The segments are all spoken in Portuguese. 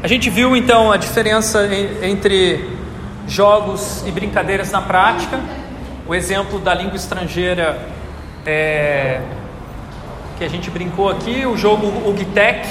A gente viu então a diferença entre jogos e brincadeiras na prática. O exemplo da língua estrangeira que a gente brincou aqui, o jogo UGTEC.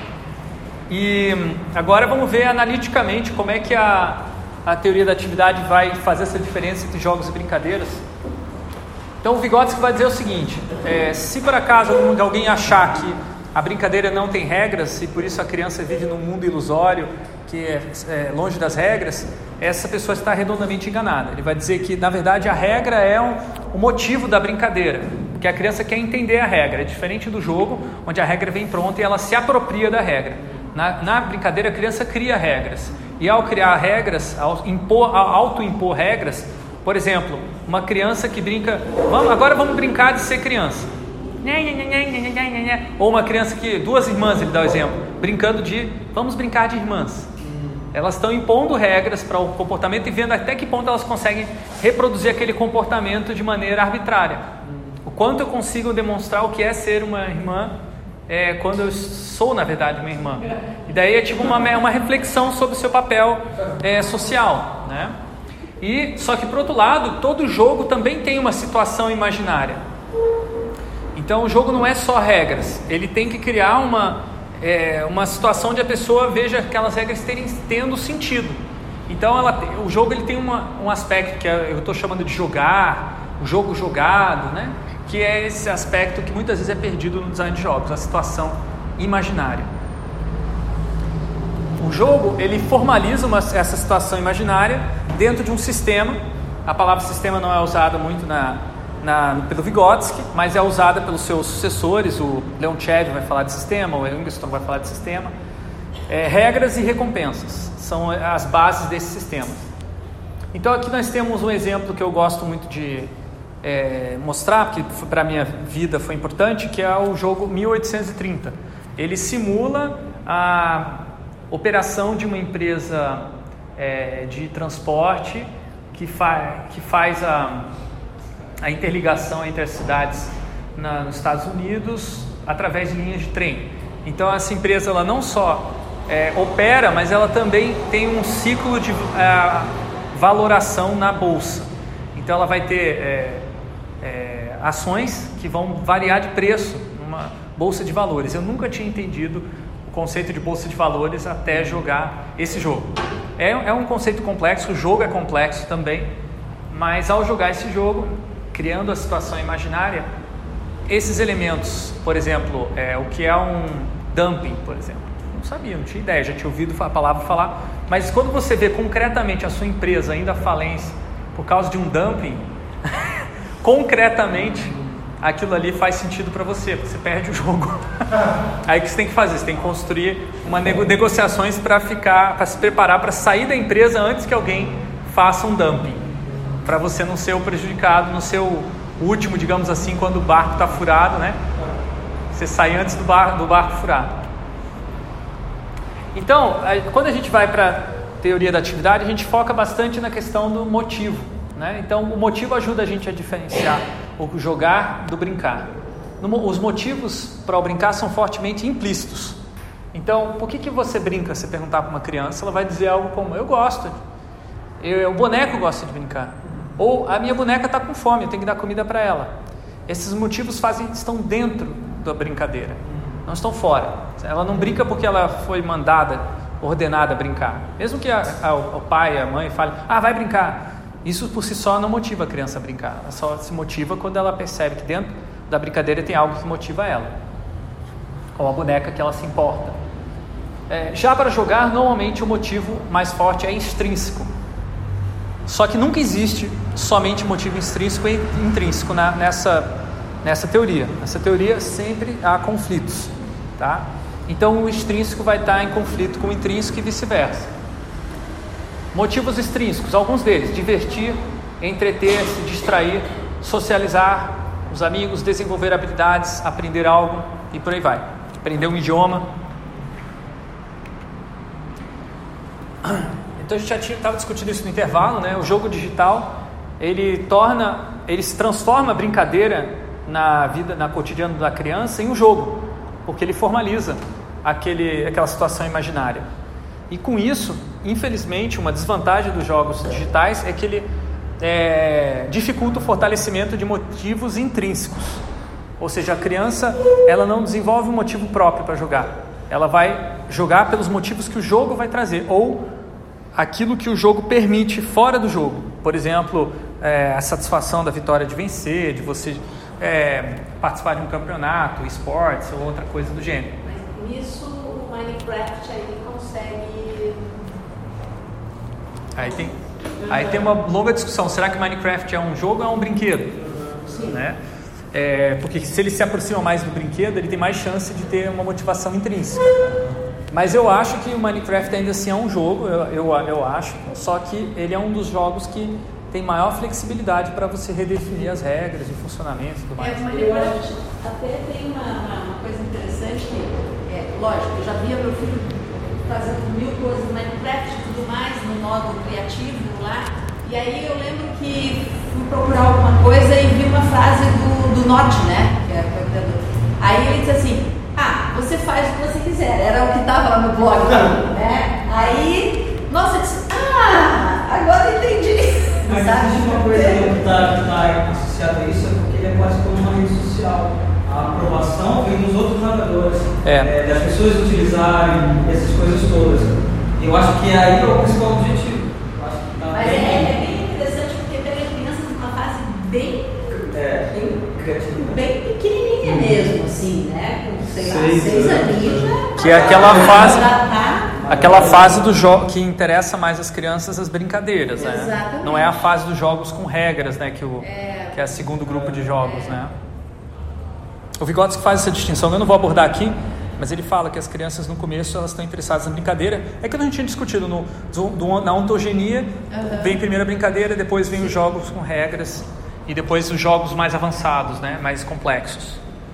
E agora vamos ver analiticamente como é que a teoria da atividade vai fazer essa diferença entre jogos e brincadeiras. Então o Vygotsky vai dizer o seguinte: se por acaso alguém achar que a brincadeira não tem regras e por isso a criança vive num mundo ilusório que é longe das regras, essa pessoa está redondamente enganada. Ele vai dizer que na verdade a regra é o motivo da brincadeira, porque a criança quer entender a regra. É diferente do jogo, onde a regra vem pronta e ela se apropria da regra. Na brincadeira a criança cria regras, e ao criar regras, ao auto-impor regras, por exemplo, uma criança que brinca, agora vamos brincar de ser criança. Ou uma criança que, duas irmãs, ele dá o exemplo, brincando de, vamos brincar de irmãs. Elas estão impondo regras para o comportamento e vendo até que ponto elas conseguem reproduzir aquele comportamento de maneira arbitrária. O quanto eu consigo demonstrar o que é ser uma irmã quando eu sou, na verdade, uma irmã. E daí é tipo uma reflexão sobre o seu papel social, né? E, só que, por outro lado, todo jogo também tem uma situação imaginária. Então, o jogo não é só regras. Ele tem que criar uma situação onde a pessoa veja aquelas regras tendo sentido. Então, o jogo ele tem um aspecto que eu estou chamando de jogar, o jogo jogado, né? Que é esse aspecto que muitas vezes é perdido no design de jogos, a situação imaginária. O jogo, ele formaliza essa situação imaginária dentro de um sistema. A palavra sistema não é usada muito pelo Vygotsky, mas é usada pelos seus sucessores. O Leontiev vai falar de sistema, o Engström vai falar de sistema. Regras e recompensas são as bases desses sistemas. Então aqui nós temos um exemplo que eu gosto muito de mostrar, porque para a minha vida foi importante, que é o jogo 1830. Ele simula a operação de uma empresa de transporte que faz a interligação entre as cidades nos Estados Unidos através de linhas de trem. Então essa empresa ela não só opera, mas ela também tem um ciclo de valoração na bolsa. Então ela vai ter ações que vão variar de preço numa bolsa de valores. Eu nunca tinha entendido o conceito de bolsa de valores até jogar esse jogo. É um conceito complexo, o jogo é complexo também, mas ao jogar esse jogo, criando a situação imaginária, esses elementos, por exemplo, o que é um dumping, por exemplo, não sabia, não tinha ideia, já tinha ouvido a palavra falar, mas quando você vê concretamente a sua empresa indo à falência por causa de um dumping, concretamente aquilo ali faz sentido para você perde o jogo. Aí o que você tem que fazer? Você tem que construir negociações para se preparar para sair da empresa antes que alguém faça um dumping, para você não ser o prejudicado no seu último, digamos assim, quando o barco está furado, né? Você sai antes do barco furado. Então, quando a gente vai para a teoria da atividade, a gente foca bastante na questão do motivo, né? Então, o motivo ajuda a gente a diferenciar o jogar do brincar. Os motivos para o brincar são fortemente implícitos. Então, por que você brinca? Se perguntar para uma criança, ela vai dizer algo como: eu gosto, o boneco gosta de brincar, ou a minha boneca está com fome, eu tenho que dar comida para ela. Esses motivos estão dentro da brincadeira, não estão fora. Ela não brinca porque ela foi ordenada a brincar. Mesmo que o pai, a mãe fale: vai brincar. Isso por si só não motiva a criança a brincar. Ela só se motiva quando ela percebe que dentro da brincadeira tem algo que motiva ela, como a boneca que ela se importa. Já para jogar, normalmente o motivo mais forte é extrínseco. Só que nunca existe somente motivo extrínseco e intrínseco nessa teoria. Nessa teoria sempre há conflitos, tá? Então o extrínseco vai estar em conflito com o intrínseco e vice-versa. Motivos extrínsecos, alguns deles: divertir, entreter, se distrair, socializar com os amigos, desenvolver habilidades, aprender algo e por aí vai. Aprender um idioma. Então a gente já estava discutindo isso no intervalo, né? O jogo digital, ele se transforma a brincadeira na cotidiano da criança em um jogo, porque ele formaliza aquela situação imaginária. E com isso, infelizmente, uma desvantagem dos jogos digitais é que ele dificulta o fortalecimento de motivos intrínsecos. Ou seja, a criança ela não desenvolve um motivo próprio para jogar. Ela vai jogar pelos motivos que o jogo vai trazer, ou aquilo que o jogo permite fora do jogo. Por exemplo, a satisfação da vitória de vencer, de você participar de um campeonato, esportes ou outra coisa do gênero. Mas nisso o Minecraft aí consegue... Aí tem uma longa discussão. Será que Minecraft é um jogo ou é um brinquedo? Sim. Né? Porque se ele se aproxima mais do brinquedo, ele tem mais chance de ter uma motivação intrínseca. Mas eu acho que o Minecraft ainda assim é um jogo, eu acho, só que ele é um dos jogos que tem maior flexibilidade para você redefinir as regras de funcionamento e tudo mais. O Minecraft até tem uma coisa interessante que, lógico, eu já via meu filho fazendo 1000 coisas no Minecraft e tudo mais, no modo criativo lá, e aí eu lembro que fui procurar alguma coisa e vi uma frase do Norte, né, que é o computador. Aí ele disse assim, você faz o que você quiser, era o que estava lá no blog dele, né? Aí, nossa, eu disse, agora entendi. Mas existe uma coisa que está associada a isso, é porque ele é quase como uma rede social. A aprovação vem dos outros navegadores, das pessoas utilizarem essas coisas todas. E eu acho que aí é o principal objetivo. Mas é bem interessante porque pega crianças numa fase bem criativa. Bem pequenininha mesmo, assim, né? Com, sei lá, 6 aninhos já. Que é aquela fase do jogo que interessa mais as crianças, as brincadeiras, né? Exatamente. Não é a fase dos jogos com regras, né? Que é o segundo grupo de jogos, né? O Vygotsky faz essa distinção, eu não vou abordar aqui, mas ele fala que as crianças no começo elas estão interessadas na brincadeira. É que a gente tinha discutido na ontogenia, vem primeiro a brincadeira, depois vem os jogos com regras e depois os jogos mais avançados, né? Mais complexos.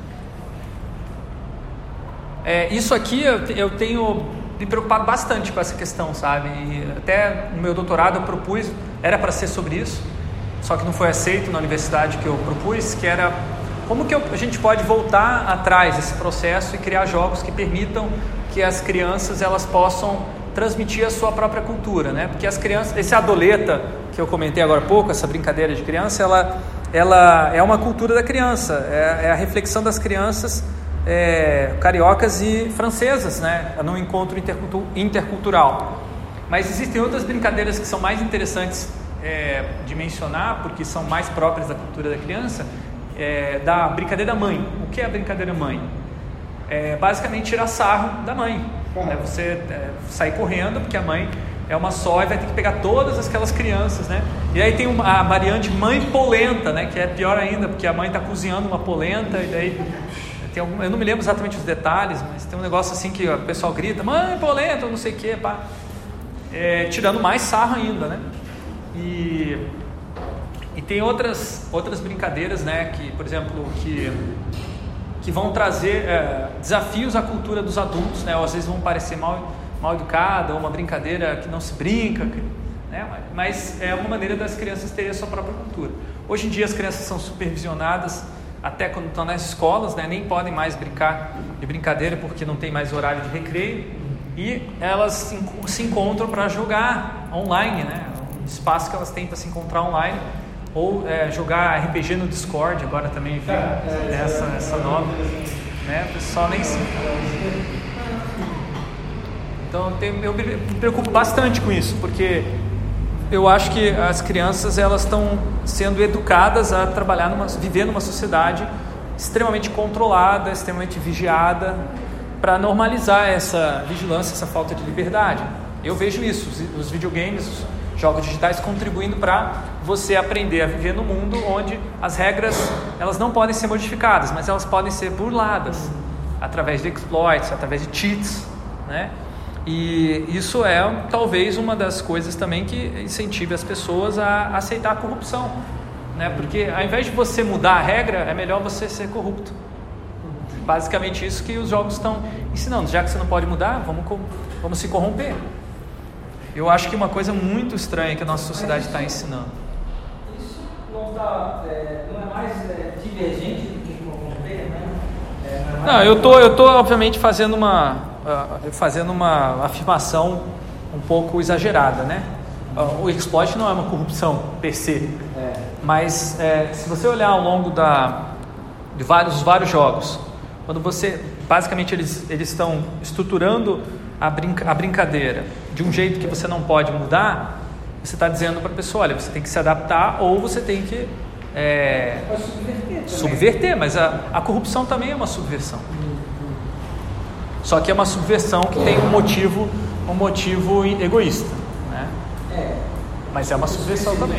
Isso aqui eu tenho me preocupado bastante com essa questão, sabe? E até no meu doutorado eu propus, era para ser sobre isso, só que não foi aceito na universidade que eu propus, que era como que a gente pode voltar atrás desse processo e criar jogos que permitam que as crianças elas possam transmitir a sua própria cultura, né? Porque as crianças, esse adoleta que eu comentei agora há pouco, essa brincadeira de criança, ela é uma cultura da criança, é a reflexão das crianças cariocas e francesas, né? No encontro intercultural. Mas existem outras brincadeiras que são mais interessantes de mencionar, porque são mais próprias da cultura da criança. Da brincadeira mãe. O que é a brincadeira mãe? Basicamente tirar sarro da mãe. Você sair correndo porque a mãe é uma só e vai ter que pegar todas aquelas crianças, né? E aí tem a variante mãe polenta, né? Que é pior ainda, porque a mãe está cozinhando uma polenta e daí eu não me lembro exatamente os detalhes, mas tem um negócio assim que o pessoal grita, mãe polenta, não sei o que, pá. Tirando mais sarro ainda, né? E tem outras brincadeiras, né, que, por exemplo, que vão trazer desafios à cultura dos adultos, né, ou às vezes vão parecer mal educada, ou uma brincadeira que não se brinca, né, mas é uma maneira das crianças terem a sua própria cultura. Hoje em dia as crianças são supervisionadas até quando estão nas escolas, né, nem podem mais brincar de brincadeira porque não tem mais horário de recreio, e elas se encontram para jogar online, né, um espaço que elas têm para se encontrar online, ou jogar RPG no Discord, agora também vi essa nova, né? O pessoal nem se... Então eu me preocupo bastante com isso, porque eu acho que as crianças elas estão sendo educadas a trabalhar viver numa sociedade extremamente controlada, extremamente vigiada, para normalizar essa vigilância, essa falta de liberdade. Eu vejo isso, os videogames, os jogos digitais contribuindo para você aprender a viver no mundo onde as regras elas não podem ser modificadas, mas elas podem ser burladas através de exploits, através de cheats, né? E isso é talvez uma das coisas também que incentive as pessoas a aceitar a corrupção, né? Porque ao invés de você mudar a regra, é melhor você ser corrupto. Basicamente isso que os jogos estão ensinando. Já que você não pode mudar, vamos se corromper. Eu acho que uma coisa muito estranha que a nossa sociedade está ensinando. Isso não é mais divergente do que corromper, né? Não, eu tô obviamente fazendo uma afirmação um pouco exagerada, né? O exploit não é uma corrupção per se, mas se você olhar ao longo de vários jogos, quando você, basicamente eles estão estruturando a brincadeira de um jeito que você não pode mudar, você está dizendo para a pessoa, olha, você tem que se adaptar ou você tem que subverter, mas a corrupção também é uma subversão. Só que é uma subversão que tem um motivo egoísta, né? Mas é uma subversão também.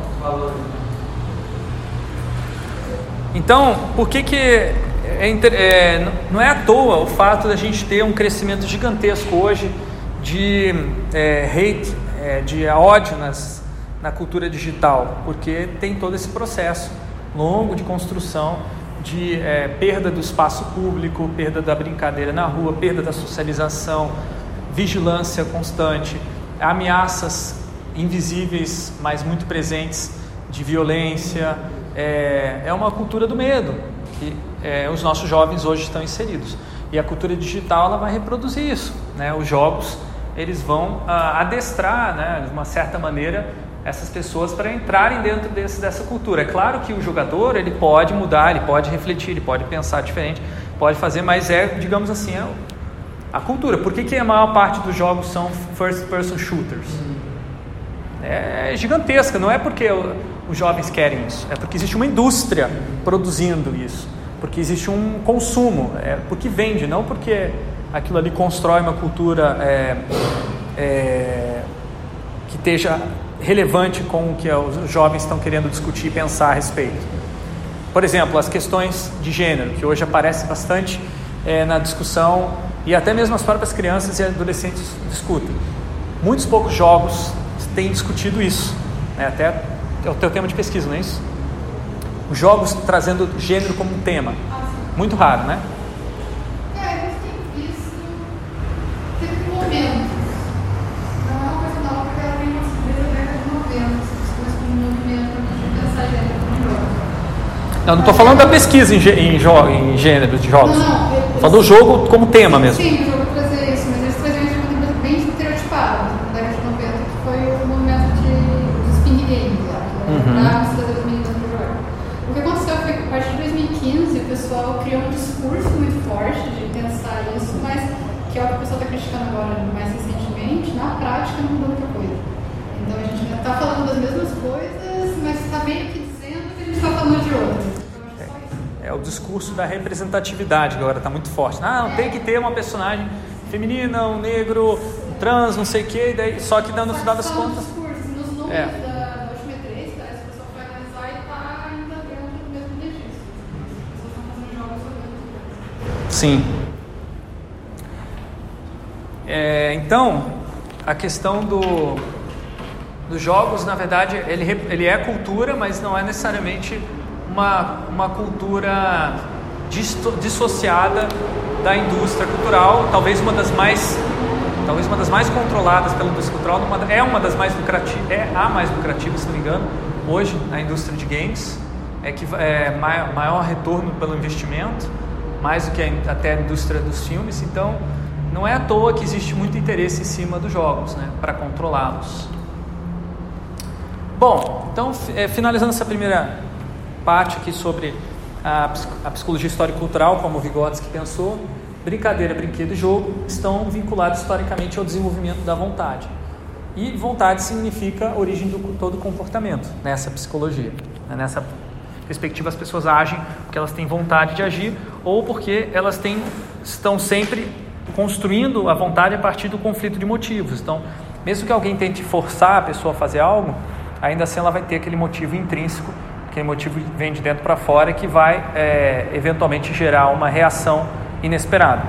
Então, por que não é à toa o fato da gente ter um crescimento gigantesco hoje de hate, de ódio na cultura digital? Porque tem todo esse processo longo de construção de perda do espaço público, perda da brincadeira na rua, perda da socialização, vigilância constante, ameaças invisíveis, mas muito presentes, de violência. É uma cultura do medo que os nossos jovens hoje estão inseridos, e a cultura digital ela vai reproduzir isso, né? Os jogos eles vão adestrar, né, de uma certa maneira, essas pessoas para entrarem dentro dessa cultura. É claro que o jogador ele pode mudar, ele pode refletir, ele pode pensar diferente, pode fazer, mas digamos assim, a cultura. Por que a maior parte dos jogos são first person shooters? É gigantesca, não é porque os jovens querem isso, é porque existe uma indústria produzindo isso, porque existe um consumo, porque vende, não porque aquilo ali constrói uma cultura que esteja relevante com o que os jovens estão querendo discutir e pensar a respeito. Por exemplo, as questões de gênero, que hoje aparecem bastante na discussão, e até mesmo as próprias crianças e adolescentes discutem. Muitos poucos jogos têm discutido isso, né? Até é o teu tema de pesquisa, não é isso? Os jogos trazendo gênero como um tema. Muito raro, né? A gente tem visto, teve momentos. Não é uma coisa nova, porque ela vem desde a década de 90, essas coisas como movimento de pensar gênero como jogo. Não estou falando da pesquisa em gênero de jogos. Não. Falo do jogo como tema mesmo. Sim, o jogo trazer isso, mas eles traziam isso de uma coisa bem estereotipada, na década de 90, que foi o movimento dos ping games lá, que trazer os meninos no jogo. O que aconteceu foi que a partir de 2015 o pessoal criou um discurso muito forte de pensar isso, mas que é o que o pessoal está criticando agora mais recentemente, na prática não mudou muita coisa. Então a gente está falando das mesmas coisas, mas está meio que dizendo que a gente está falando de outras. É o discurso da representatividade que agora está muito forte. Não tem que ter uma personagem feminina, um negro, um trans, não sei o que, daí, só que no final das contas. Nos números da última E3, parece que o pessoal vai analisar e está ainda dentro do mesmo registro. As pessoas estão fazendo jogos sobre isso. Sim. Então, a questão dos jogos, na verdade, ele é cultura, mas não é necessariamente uma cultura dissociada da indústria cultural. Talvez uma das mais controladas pela indústria cultural, é a mais lucrativa, se não me engano, hoje na indústria de games, que maior retorno pelo investimento, mais do que até a indústria dos filmes. Então não é à toa que existe muito interesse em cima dos jogos, né, para controlá-los. Bom, então finalizando essa primeira parte aqui sobre a psicologia histórico-cultural, como o Vygotsky pensou, brincadeira, brinquedo e jogo estão vinculados historicamente ao desenvolvimento da vontade. E vontade significa a origem de todo comportamento nessa psicologia. Nessa perspectiva, as pessoas agem porque elas têm vontade de agir ou porque elas estão sempre construindo a vontade a partir do conflito de motivos. Então, mesmo que alguém tente forçar a pessoa a fazer algo, ainda assim ela vai ter aquele motivo intrínseco, aquele motivo vem de dentro para fora, que vai eventualmente gerar uma reação inesperada.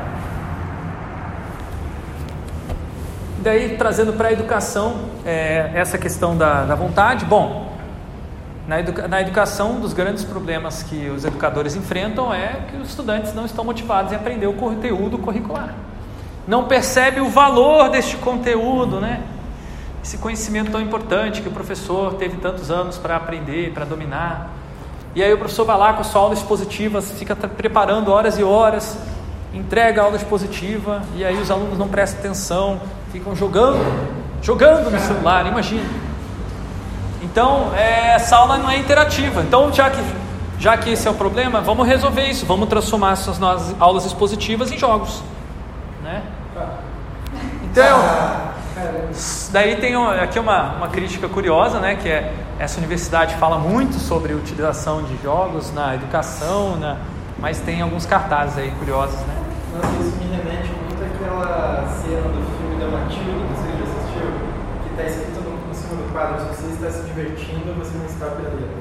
Daí, trazendo para a educação essa questão da vontade. Bom, na educação, um dos grandes problemas que os educadores enfrentam é que os estudantes não estão motivados em aprender o conteúdo curricular. Não percebe o valor deste conteúdo, né? Esse conhecimento tão importante que o professor teve tantos anos para aprender, para dominar. E aí o professor vai lá com a sua aula expositiva, fica preparando horas e horas, entrega a aula expositiva, e aí os alunos não prestam atenção, ficam jogando no celular, imagina. Então, essa aula não é interativa. Então, já que esse é o problema, vamos resolver isso. Vamos transformar essas nossas aulas expositivas em jogos, né? Então, daí tem aqui uma crítica curiosa, né? Que essa universidade fala muito sobre a utilização de jogos na educação, mas tem alguns cartazes aí curiosos, né? Nossa, isso me remete muito àquela cena do filme da Matilda, que você já assistiu, que está escrito no cima do quadro: se você está se divertindo, você não está aprendendo.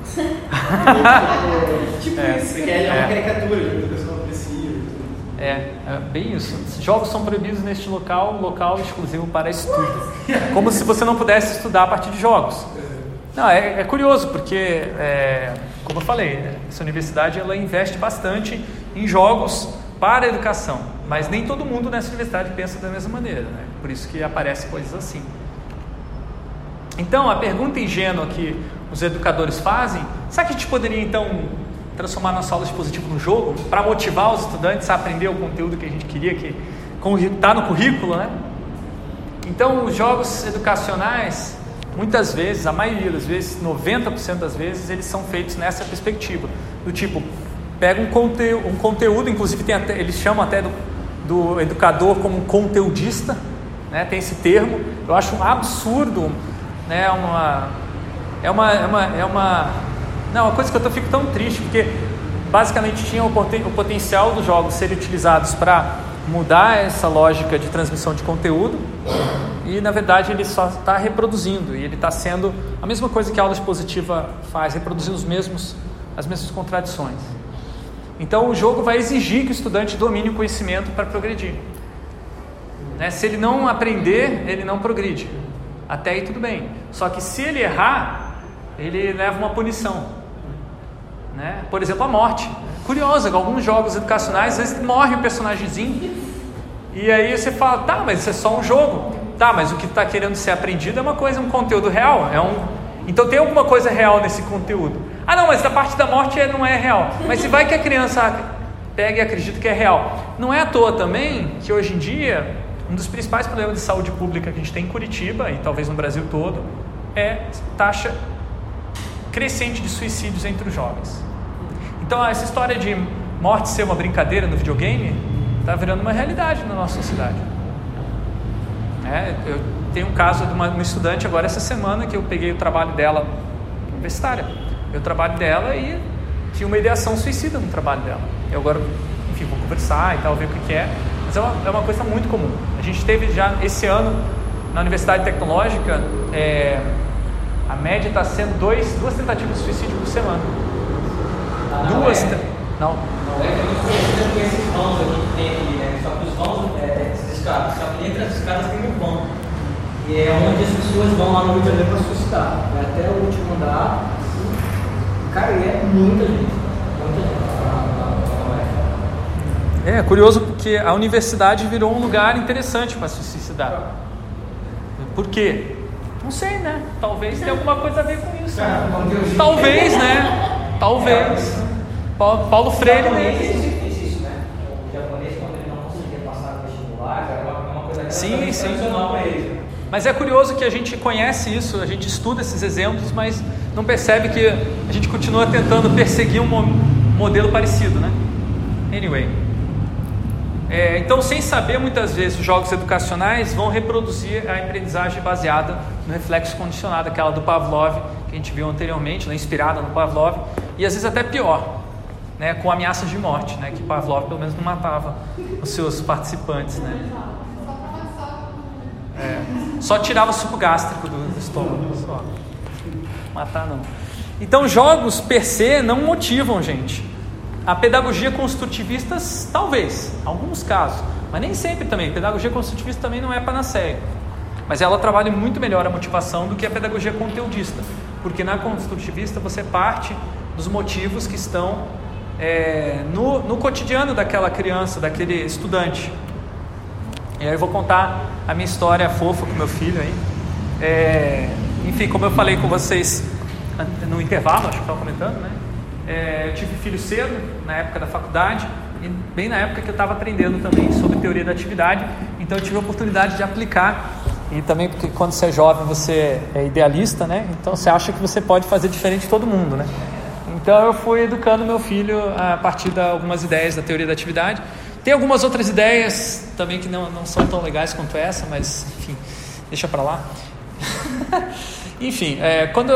Tipo isso, porque é uma caricatura de uma pessoa depressiva e tudo. É bem isso. Jogos são proibidos neste local exclusivo para estudo. Como se você não pudesse estudar a partir de jogos. Não, é curioso, porque, como eu falei, essa universidade ela investe bastante em jogos para a educação, mas nem todo mundo nessa universidade pensa da mesma maneira, né? Por isso que aparecem coisas assim. Então, a pergunta ingênua que os educadores fazem: será que a gente poderia então transformar nossa aula expositiva num jogo para motivar os estudantes a aprender o conteúdo que a gente queria, que está no currículo, né? Então, os jogos educacionais, muitas vezes, a maioria das vezes, 90% das vezes, eles são feitos nessa perspectiva, do tipo, pega um conteúdo, inclusive eles chamam até do educador como um conteudista, né? Tem esse termo. Eu acho um absurdo, né? Uma coisa que eu fico tão triste, porque basicamente tinha o potencial dos jogos serem utilizados para mudar essa lógica de transmissão de conteúdo, e na verdade ele só está reproduzindo, e ele está sendo a mesma coisa que a aula expositiva faz, reproduzindo as mesmas contradições. Então o jogo vai exigir que o estudante domine o conhecimento para progredir, né? Se ele não aprender, ele não progride. Até aí tudo bem. Só que se ele errar, ele leva uma punição, né? Por exemplo, a morte. Curioso, alguns jogos educacionais, às vezes morre um personagemzinho, e aí você fala: tá, mas isso é só um jogo. Tá, mas o que está querendo ser aprendido é uma coisa, um conteúdo real. Então tem alguma coisa real nesse conteúdo. Ah, não, mas a parte da morte não é real. Mas se vai que a criança pega e acredita que é real. Não é à toa também que hoje em dia um dos principais problemas de saúde pública que a gente tem em Curitiba, e talvez no Brasil todo, é taxa crescente de suicídios entre os jovens. Então essa história de morte ser uma brincadeira no videogame está virando uma realidade na nossa sociedade. Eu tenho um caso de uma estudante agora essa semana, que eu peguei o trabalho dela, universitária, o trabalho dela, e tinha uma ideação suicida no trabalho dela. Eu agora, enfim, vou conversar e tal, ver o que é, mas é uma coisa muito comum. A gente teve já esse ano na Universidade Tecnológica, a média está sendo duas tentativas de suicídio por semana. Não é que a gente tem esses vãos aqui que tem aqui, né? Só que os vãos, esses escadas, só que entre as escadas tem um vão. E é onde as pessoas vão lá no Rio de Janeiro para suicidar. Vai até o último andar. Cara, e é muita gente. É curioso porque a universidade virou um lugar interessante para se suicidar. Por quê? Não sei, né? Talvez tenha alguma coisa a ver com isso. Talvez, né? Talvez. Paulo Freire fez isso, né? O japonês, quando ele não conseguia passar no vestibular, era uma coisa tradicional para ele. Mas é curioso que a gente conhece isso, a gente estuda esses exemplos, mas não percebe que a gente continua tentando perseguir um modelo parecido, né? Anyway. Então, sem saber, muitas vezes os jogos educacionais vão reproduzir a aprendizagem baseada no reflexo condicionado, aquela do Pavlov, que a gente viu anteriormente, né, inspirada no Pavlov, e às vezes até pior, né, com ameaças de morte, né, que Pavlov pelo menos não matava os seus participantes, né. Só tirava suco gástrico do estômago, só. Matar não. Então, jogos per se não motivam, gente. A pedagogia construtivista, talvez, em alguns casos, mas nem sempre também. A pedagogia construtivista também não é panaceia, mas ela trabalha muito melhor a motivação do que a pedagogia conteudista, porque na construtivista você parte dos motivos que estão no cotidiano daquela criança, daquele estudante. E aí eu vou contar a minha história fofa com meu filho aí. Enfim, como eu falei com vocês no intervalo, acho que estava comentando, né? Eu tive filho cedo, na época da faculdade, e bem na época que eu estava aprendendo também sobre teoria da atividade, então eu tive a oportunidade de aplicar E também porque quando você é jovem você é idealista, né? Então você acha que você pode fazer diferente de todo mundo, né? Então eu fui educando meu filho a partir de algumas ideias da teoria da atividade. Tem algumas outras ideias também que não são tão legais quanto essa, mas enfim, deixa pra lá. Enfim, quando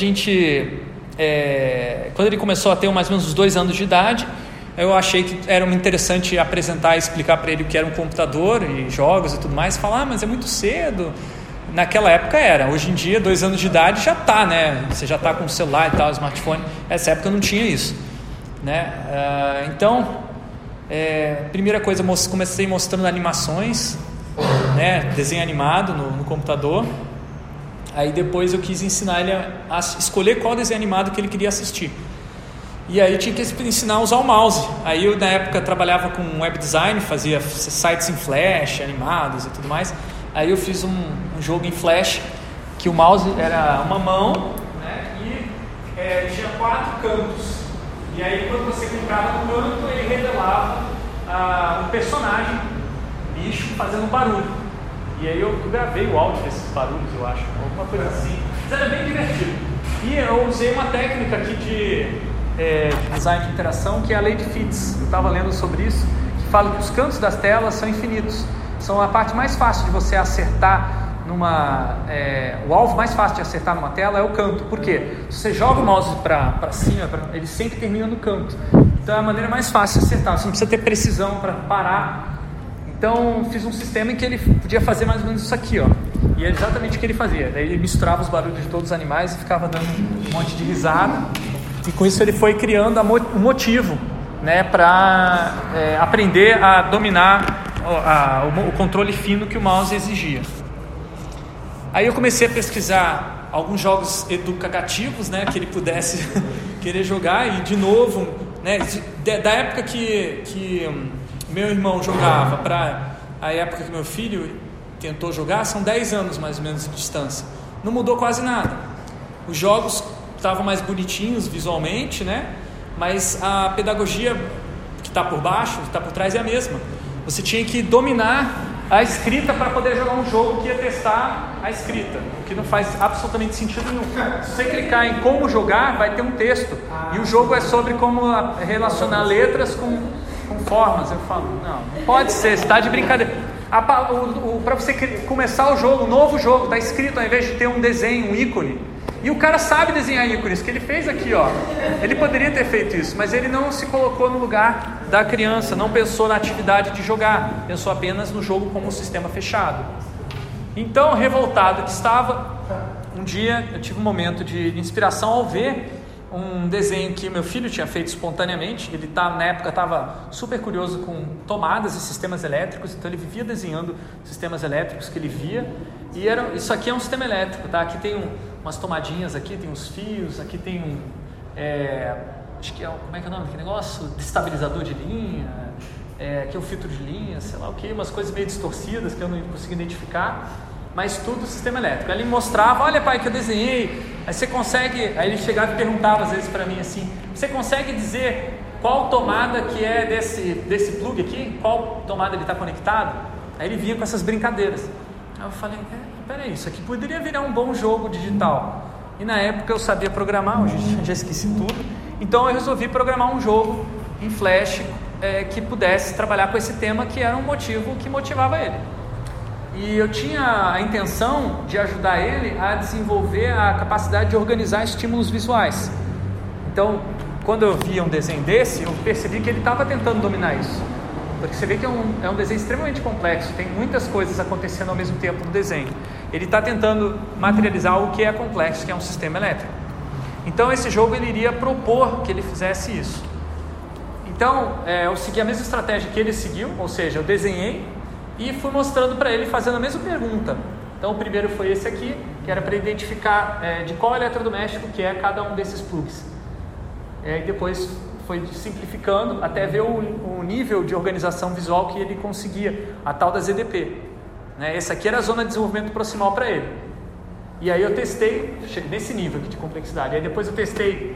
ele começou a ter mais ou menos uns 2 anos de idade, eu achei que era interessante apresentar e explicar para ele o que era um computador e jogos e tudo mais. Falar, mas é muito cedo. Naquela época era. Hoje em dia, 2 anos de idade já está, né? Você já está com o celular e tal, smartphone. Nessa época não tinha isso, né? Então, primeira coisa, comecei mostrando animações, né? Desenho animado no computador. Aí depois eu quis ensinar ele a escolher qual desenho animado que ele queria assistir. E aí tinha que ensinar a usar o mouse. Aí eu na época trabalhava com web design, fazia sites em flash, animados e tudo mais. Aí eu fiz um jogo em flash, que o mouse era uma mão, né, e tinha 4 cantos. E aí quando você clicava no canto, ele revelava um personagem, bicho, fazendo barulho. E aí eu gravei o áudio desses barulhos, eu acho, alguma coisa assim. Mas era bem divertido. E eu usei uma técnica aqui de design de interação, que é a lei de Fitts. Eu estava lendo sobre isso, que fala que os cantos das telas são infinitos. São a parte mais fácil de você acertar o alvo mais fácil de acertar numa tela é o canto. Por quê? Se você joga o mouse para cima, ele sempre termina no canto. Então é a maneira mais fácil de acertar. Você não precisa ter precisão para parar. Então fiz um sistema em que ele podia fazer mais ou menos isso aqui, ó. E é exatamente o que ele fazia. Daí ele misturava os barulhos de todos os animais e ficava dando um monte de risada. E com isso ele foi criando um motivo, né, para aprender a dominar o controle fino que o mouse exigia. Aí eu comecei a pesquisar alguns jogos educativos, né, que ele pudesse querer jogar. E de novo, né, da época que meu irmão jogava para a época que meu filho tentou jogar, são 10 anos mais ou menos de distância. Não mudou quase nada. Os jogos estavam mais bonitinhos visualmente, né? Mas a pedagogia que está por baixo, que está por trás é a mesma. Você tinha que dominar a escrita para poder jogar um jogo que ia testar a escrita, o que não faz absolutamente sentido nenhum. Se você clicar em como jogar, vai ter um texto, e o jogo é sobre como relacionar letras com formas. Eu falo, não pode ser, você está de brincadeira. Para você começar o jogo, um novo jogo, está escrito, ao invés de ter um desenho, um ícone. E o cara sabe desenhar ícones, que ele fez aqui, ó. Ele poderia ter feito isso, mas ele não se colocou no lugar da criança, não pensou na atividade de jogar, pensou apenas no jogo como um sistema fechado. Então, revoltado que estava, um dia eu tive um momento de inspiração ao ver um desenho que meu filho tinha feito espontaneamente. Ele na época estava super curioso com tomadas e sistemas elétricos, então ele vivia desenhando sistemas elétricos que ele via. E isso aqui é um sistema elétrico, tá? Aqui tem umas tomadinhas, aqui tem uns fios, aqui tem acho que como é que é o nome daquele negócio? Destabilizador de linha, aqui é um filtro de linha, sei lá o que, umas coisas meio distorcidas que eu não consigo identificar, mas tudo sistema elétrico. Aí ele mostrava, olha pai, que eu desenhei, aí você consegue, aí ele chegava e perguntava às vezes para mim assim, você consegue dizer qual tomada que é desse plug aqui, qual tomada ele está conectado? Aí ele vinha com essas brincadeiras. Aí eu falei, peraí, isso aqui poderia virar um bom jogo digital. E na época eu sabia programar, hoje já esqueci tudo. Então eu resolvi programar um jogo em Flash que pudesse trabalhar com esse tema, que era um motivo que motivava ele. E eu tinha a intenção de ajudar ele a desenvolver a capacidade de organizar estímulos visuais. Então, quando eu via um desenho desse, eu percebi que ele estava tentando dominar isso. Porque você vê que é um desenho extremamente complexo, tem muitas coisas acontecendo ao mesmo tempo no desenho. Ele está tentando materializar o que é complexo, que é um sistema elétrico. Então esse jogo ele iria propor que ele fizesse isso. Então eu segui a mesma estratégia que ele seguiu, ou seja, eu desenhei e fui mostrando para ele, fazendo a mesma pergunta. Então o primeiro foi esse aqui, que era para identificar de qual eletrodoméstico que é cada um desses plugs. E depois foi simplificando até ver o nível de organização visual que ele conseguia, a tal da ZDP. Essa aqui era a zona de desenvolvimento proximal para ele. E aí eu testei nesse nível aqui de complexidade. Aí depois eu testei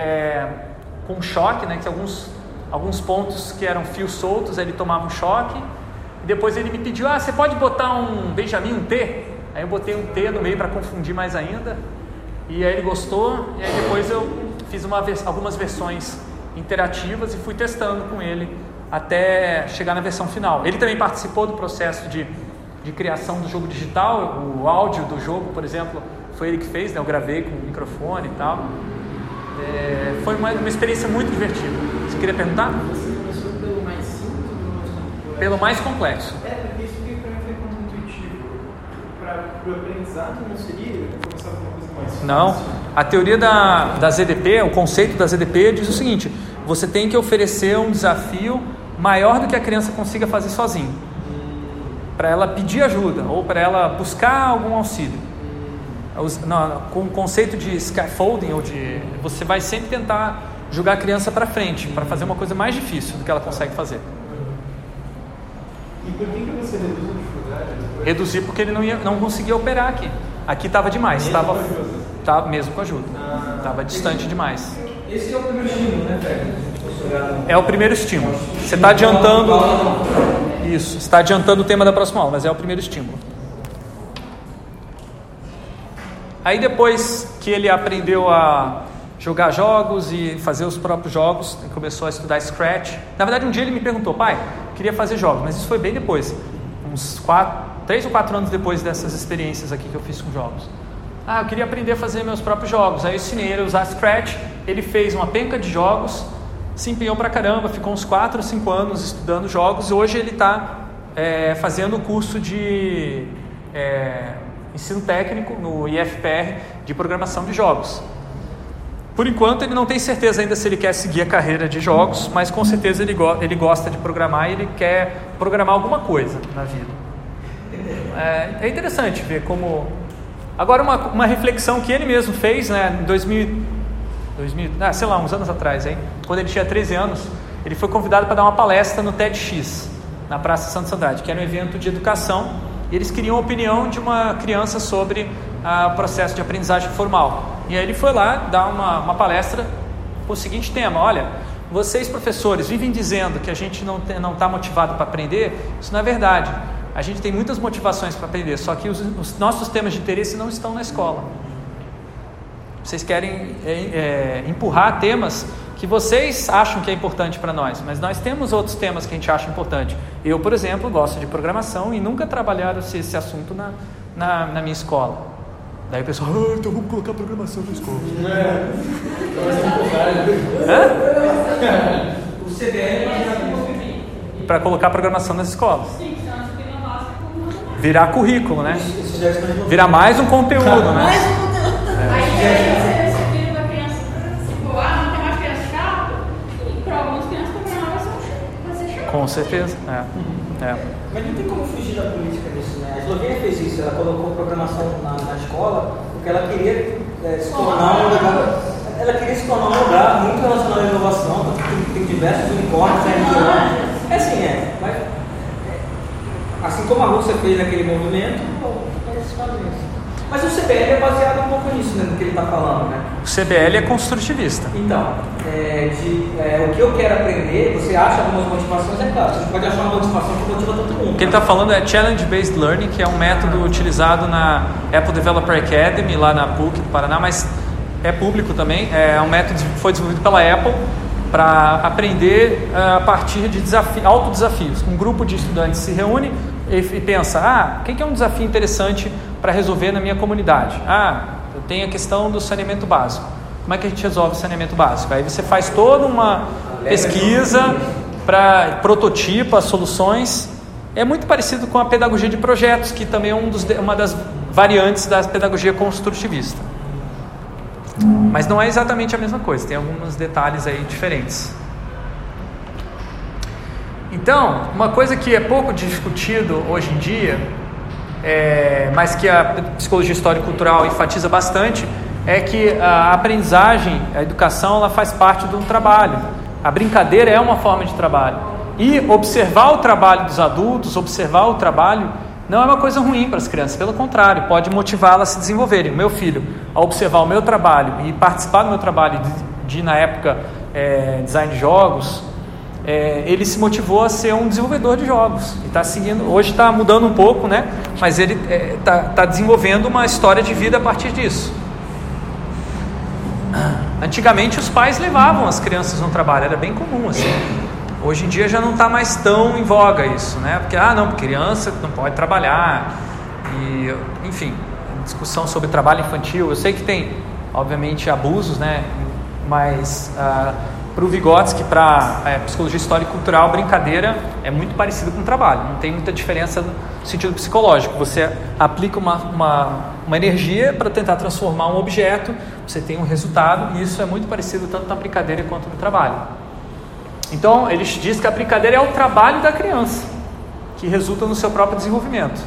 com choque, que alguns pontos que eram fios soltos, aí ele tomava um choque. E depois ele me pediu, você pode botar um Benjamin, um T? Aí eu botei um T no meio para confundir mais ainda. E aí ele gostou. E aí depois eu fiz algumas versões interativas e fui testando com ele até chegar na versão final. Ele também participou do processo de criação do jogo digital. O áudio do jogo, por exemplo, foi ele que fez, né? Eu gravei com o microfone e tal. Foi uma experiência muito divertida. Você queria perguntar? Você começou pelo mais simples ou pelo mais complexo? Pelo mais complexo. Porque isso para mim foi muito intuitivo. Para o aprendizado não seria começar com uma coisa mais fácil? Não. A teoria da ZDP, o conceito da ZDP diz o seguinte: você tem que oferecer um desafio maior do que a criança consiga fazer sozinho, para ela pedir ajuda ou para ela buscar algum auxílio. Com o conceito de scaffolding, você vai sempre tentar jogar a criança para frente, para fazer uma coisa mais difícil do que ela consegue fazer. E por que você reduziu a dificuldade depois? Reduzir porque ele não conseguia operar aqui. Aqui estava demais. Mesmo com ajuda. Estava distante demais. Esse é o primeiro estímulo, né, Fred? É o primeiro estímulo. Você está adiantando. Isso, está adiantando o tema da próxima aula, mas é o primeiro estímulo. Aí depois que ele aprendeu a jogar jogos e fazer os próprios jogos, ele começou a estudar Scratch. Na verdade, um dia ele me perguntou: pai, queria fazer jogos, mas isso foi bem depois, uns 3 ou 4 anos depois dessas experiências aqui que eu fiz com jogos. Eu queria aprender a fazer meus próprios jogos. Aí eu ensinei ele a usar Scratch. Ele fez uma penca de jogos, se empenhou pra caramba, ficou uns 4 ou 5 anos estudando jogos, e hoje ele está fazendo o curso de ensino técnico no IFPR de programação de jogos. Por enquanto ele não tem certeza ainda se ele quer seguir a carreira de jogos, mas com certeza ele gosta de programar e ele quer programar alguma coisa na vida. É interessante ver como... Agora uma reflexão que ele mesmo fez, né, em sei lá, uns anos atrás, hein? Quando ele tinha 13 anos, ele foi convidado para dar uma palestra no TEDx, na Praça Santos Andrade, que era um evento de educação, e eles queriam a opinião de uma criança sobre o processo de aprendizagem formal. E aí ele foi lá dar uma palestra com o seguinte tema: olha, vocês professores vivem dizendo que a gente não está motivado para aprender. Isso não é verdade. A gente tem muitas motivações para aprender, só que os nossos temas de interesse não estão na escola. Vocês querem empurrar temas que vocês acham que é importante para nós, mas nós temos outros temas que a gente acha importante. Eu, por exemplo, gosto de programação e nunca trabalharam esse assunto na minha escola. Daí o pessoal: então vamos colocar programação na escola. O CBL para colocar programação nas escolas. Virar currículo, né? Virar mais um conteúdo, né? Mais um conteúdo. Aí você vira pra criança, tipo, não tem mais criança chata, e para algumas crianças programar vai ser chato. Com certeza, Mas não tem como fugir da política nisso, né? A Eslovênia fez isso, ela colocou programação na escola porque ela queria se tornar um lugar. Ela queria se tornar um lugar muito relacionado à inovação, tem diversos unicórnios aí. Mas assim como a Rússia fez naquele movimento, eles fazem isso. Mas o CBL é baseado um pouco nisso, né, no que ele está falando, né? O CBL é construtivista. Então, o que eu quero aprender, você acha algumas motivações, é claro, você pode achar uma motivação que motiva todo mundo. O que ele está falando é Challenge Based Learning, que é um método utilizado na Apple Developer Academy, lá na PUC do Paraná, mas é público também. É um método que foi desenvolvido pela Apple para aprender a partir de autodesafios. Um grupo de estudantes se reúne e pensa: o que é um desafio interessante para resolver na minha comunidade? Eu tenho a questão do saneamento básico. Como é que a gente resolve o saneamento básico? Aí você faz toda uma pesquisa para prototipa as soluções. É muito parecido com a pedagogia de projetos, que também é uma das variantes da pedagogia construtivista. Mas não é exatamente a mesma coisa, tem alguns detalhes aí diferentes. Então, uma coisa que é pouco discutido hoje em dia, mas que a psicologia histórico-cultural enfatiza bastante, é que a aprendizagem, a educação, ela faz parte do trabalho. A brincadeira é uma forma de trabalho. E observar o trabalho dos adultos, observar o trabalho, não é uma coisa ruim para as crianças, pelo contrário, pode motivá-las a se desenvolverem. O meu filho, ao observar o meu trabalho e participar do meu trabalho na época, design de jogos, ele se motivou a ser um desenvolvedor de jogos. E está seguindo, hoje está mudando um pouco, né? Mas ele está desenvolvendo uma história de vida a partir disso. Antigamente os pais levavam as crianças no trabalho, era bem comum assim. Hoje em dia já não está mais tão em voga isso, né? Porque, criança não pode trabalhar. E, enfim, discussão sobre trabalho infantil. Eu sei que tem, obviamente, abusos, né? Mas para o Vygotsky, para psicologia histórica e cultural, brincadeira é muito parecido com trabalho. Não tem muita diferença no sentido psicológico. Você aplica uma energia para tentar transformar um objeto, você tem um resultado, e isso é muito parecido tanto na brincadeira quanto no trabalho. Então, ele diz que a brincadeira é o trabalho da criança, que resulta no seu próprio desenvolvimento.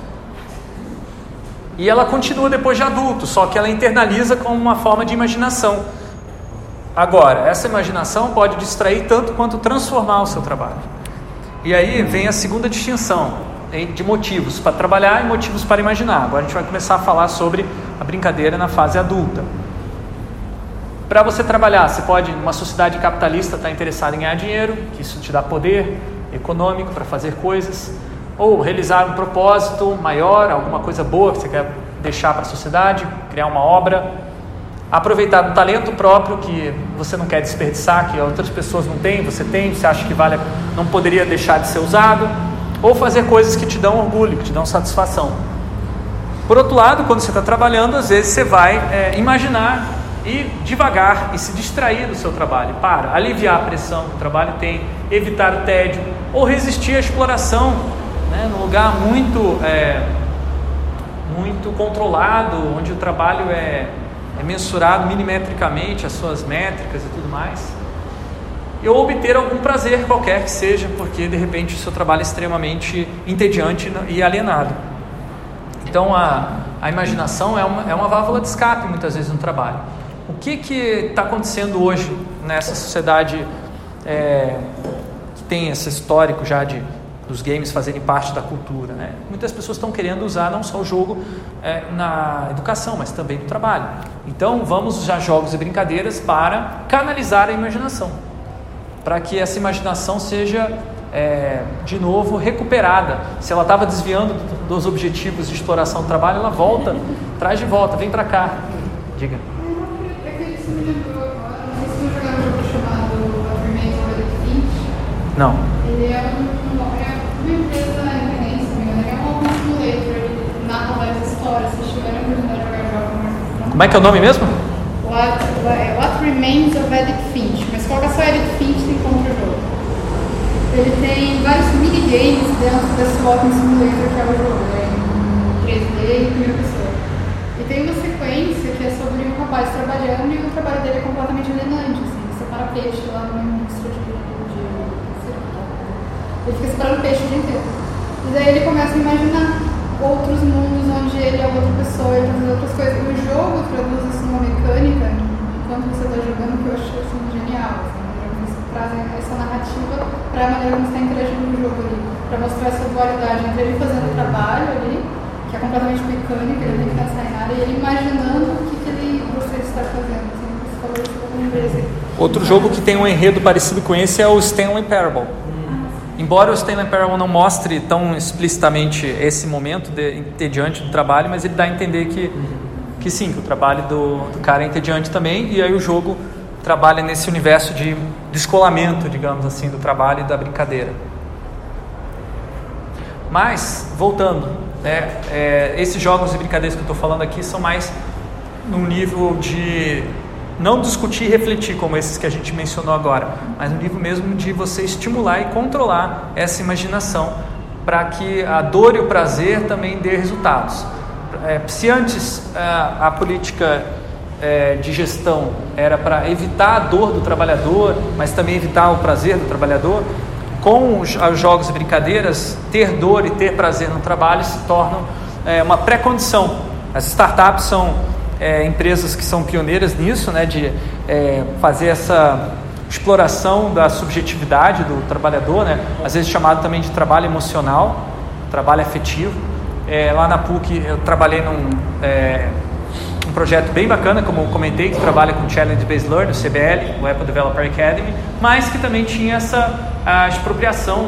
E ela continua depois de adulto, só que ela internaliza como uma forma de imaginação. Agora, essa imaginação pode distrair tanto quanto transformar o seu trabalho. E aí vem a segunda distinção de motivos para trabalhar e motivos para imaginar. Agora a gente vai começar a falar sobre a brincadeira na fase adulta. Para você trabalhar, você pode, numa sociedade capitalista, estar interessado em ganhar dinheiro, que isso te dá poder econômico para fazer coisas, ou realizar um propósito maior, alguma coisa boa que você quer deixar para a sociedade, criar uma obra, aproveitar um talento próprio que você não quer desperdiçar, que outras pessoas não têm, você tem, você acha que não poderia deixar de ser usado, ou fazer coisas que te dão orgulho, que te dão satisfação. Por outro lado, quando você está trabalhando, às vezes você vai imaginar e devagar e se distrair do seu trabalho, para aliviar a pressão que o trabalho tem, evitar o tédio, ou resistir à exploração, né, num lugar muito controlado, onde o trabalho é mensurado milimetricamente, as suas métricas e tudo mais, ou obter algum prazer qualquer que seja, porque de repente o seu trabalho é extremamente entediante e alienado. Então a imaginação é uma válvula de escape muitas vezes no trabalho. O que está acontecendo hoje nessa sociedade que tem esse histórico já dos games fazerem parte da cultura, né? Muitas pessoas estão querendo usar não só o jogo na educação, mas também no trabalho. Então vamos usar jogos e brincadeiras para canalizar a imaginação, para que essa imaginação seja de novo recuperada. Se ela estava desviando dos objetivos de exploração do trabalho, ela volta, traz de volta, vem para cá. Diga. Não. Ele é uma empresa independente, ele é um simulator, ele narra várias histórias. Se tiverem a oportunidade de jogar jogos. Como é que é o nome mesmo? What Remains of Edith Finch, mas coloca só Edith Finch e encontra o jogo. Ele tem vários minigames dentro desse Walking Simulator que é o jogo, em 3D e primeira pessoa. E tem uma sequência que é sobre um rapaz trabalhando e o trabalho dele é completamente alienante, assim, ele separa peixe lá no indústria de ele fica separando peixe o dia inteiro. E daí ele começa a imaginar outros mundos onde ele é outra pessoa e fazer outras coisas. E o jogo traduz assim uma mecânica, enquanto você está jogando, que eu achei assim, genial. Assim, eles trazem essa narrativa para a maneira como você está interagindo no jogo ali, para mostrar essa dualidade entre ele fazendo o trabalho ali, que é completamente mecânico, ele não tem que pensar em nada, e ele imaginando o que ele gostaria de estar fazendo. Assim, você falou isso como empresa. Outro jogo que tem um enredo parecido com esse é o Stanley Parable. Embora o Stanley Parable não mostre tão explicitamente esse momento entediante do trabalho, mas ele dá a entender que sim, que o trabalho do cara é entediante também, e aí o jogo trabalha nesse universo de descolamento, digamos assim, do trabalho e da brincadeira. Mas, voltando, esses jogos e brincadeiras que eu estou falando aqui são mais num nível de não discutir e refletir como esses que a gente mencionou agora, mas no nível mesmo de você estimular e controlar essa imaginação para que a dor e o prazer também dê resultados. Se antes a política de gestão era para evitar a dor do trabalhador, mas também evitar o prazer do trabalhador, com os jogos e brincadeiras, ter dor e ter prazer no trabalho se tornam uma pré-condição. As startups são empresas que são pioneiras nisso, né, de fazer essa exploração da subjetividade do trabalhador, né, às vezes chamado também de trabalho emocional, trabalho afetivo. Lá na PUC eu trabalhei num projeto bem bacana, como eu comentei, que trabalha com Challenge Based Learning, o CBL, o Apple Developer Academy, mas que também tinha a apropriação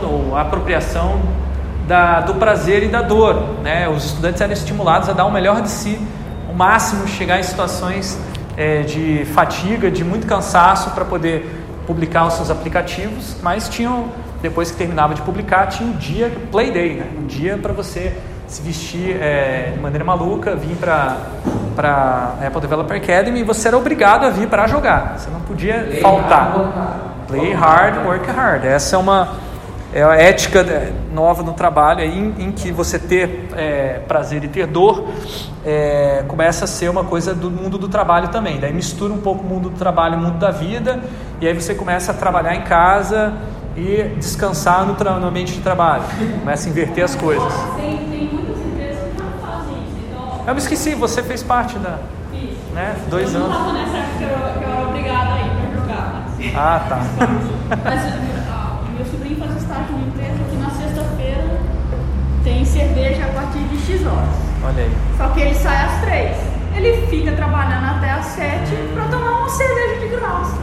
do prazer e da dor, né? Os estudantes eram estimulados a dar o melhor de si, o máximo, chegar em situações de fatiga, de muito cansaço para poder publicar os seus aplicativos, mas depois que terminava de publicar, tinha um dia, Play Day, né? Um dia para você se vestir de maneira maluca, vir para a Apple Developer Academy, e você era obrigado a vir para jogar, você não podia faltar. Play hard, work hard. Essa é a ética nova no trabalho, em que você ter prazer e ter dor começa a ser uma coisa do mundo do trabalho também. Daí mistura um pouco o mundo do trabalho e o mundo da vida, e aí você começa a trabalhar em casa e descansar no ambiente de trabalho, começa a inverter as coisas. Tem muitas empresas que não fazem isso. Então, eu me esqueci, você fez parte da... Isso. Né? 2 anos. Eu não estava nessa época que eu era obrigada a ir para jogar. Mas, Ah, tá. Mas meu sobrinho faz estágio numa empresa que na sexta-feira tem cerveja a partir de X horas. Olha aí. Só que ele sai às 3. Ele fica trabalhando até às 7 para tomar uma cerveja de graça.